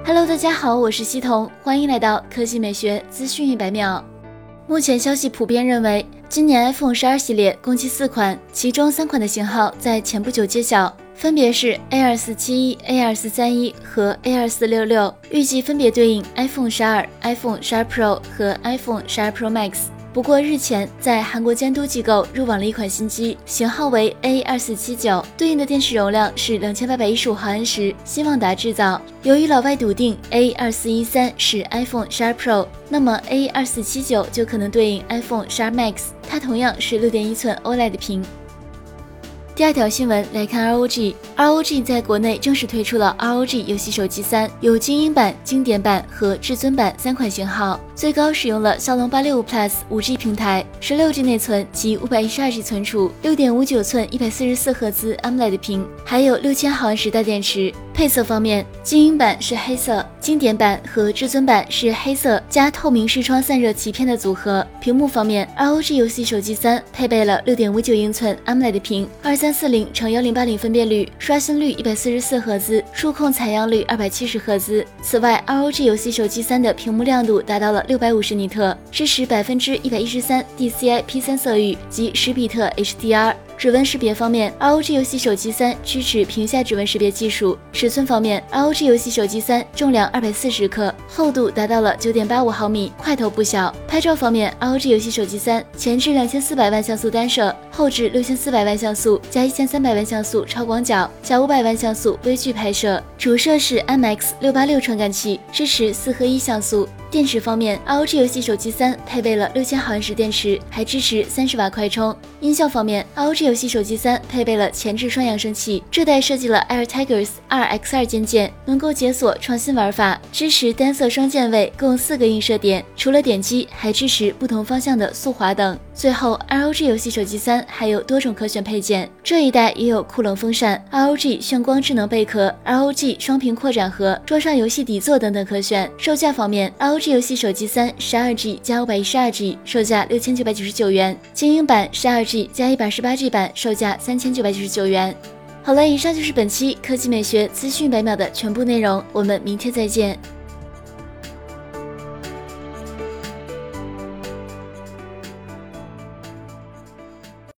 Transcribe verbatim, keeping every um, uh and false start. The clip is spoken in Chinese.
Hello， 大家好，我是西彤，欢迎来到科技美学资讯一百秒。目前消息普遍认为，今年 iPhone 十二系列共计四款，其中三款的型号在前不久揭晓，分别是 A 二四七一、A 二四三一 和 A 二四六六，预计分别对应 iPhone 十二、iPhone 十二 Pro 和 iPhone 十二 Pro Max。不过日前，在韩国监督机构入网了一款新机，型号为 A 二四七九，对应的电池容量是两千八百一十五毫安时，新旺达制造。由于老外笃定 A 二四一三是 iPhone 十二 Pro， 那么 A 二四七九就可能对应 iPhone 十二 Max， 它同样是 六点一寸 O L E D 屏。第二条新闻来看 R O G，R O G 在国内正式推出了 R O G 游戏手机三，有精英版、经典版和至尊版三款型号，最高使用了骁龙八六五 Plus 五 G 平台， 十六 G 内存及五百一十二 G 存储， 六点五九寸一百四十四赫兹 A M O L E D 屏，还有六千毫安时大电池。配色方面，精英版是黑色，经典版和至尊版是黑色加透明视窗散热鳍片的组合。屏幕方面 ，R O G 游戏手机三配备了 六点五九英寸 A M O L E D 屏， 二三四零乘一零八零分辨率，刷新率一百四十四赫兹，触控采样率二百七十赫兹。此外 ，R O G 游戏手机三的屏幕亮度达到了六百五十尼特，支持百分之一百一十三 D C I P 三色域及十比特 H D R。指纹识别方面 ，R O G 游戏手机三支持屏下指纹识别技术。尺寸方面 ，R O G 游戏手机三重量二百四十克，厚度达到了九点八五毫米，块头不小。拍照方面 ，R O G 游戏手机三前置两千四百万像素单摄，后置六千四百万像素加一千三百万像素超广角加五百万像素微距拍摄。主摄是 M X 六八六传感器，支持四合一像素。电池方面 ，R O G 游戏手机三配备了六千毫安时电池，还支持三十瓦快充。音效方面 ，R O G 游戏手机三配备了前置双扬声器，这代设计了 AirTigers 二 X 二键键，能够解锁创新玩法，支持单色双键位，共四个映射点，除了点击，还支持不同方向的速滑等。最后 ，R O G 游戏手机三还有多种可选配件，这一代也有酷冷风扇、R O G 炫光智能贝壳、R O G 双屏扩展盒、桌上游戏底座等等可选。售价方面 ，R O G 游戏手机三十二 G 加五百一十二 G， 售价六千九百九十九元；精英版十二 G 加一百二十八 G 版，售价三千九百九十九元。好了，以上就是本期科技美学资讯百秒的全部内容，我们明天再见。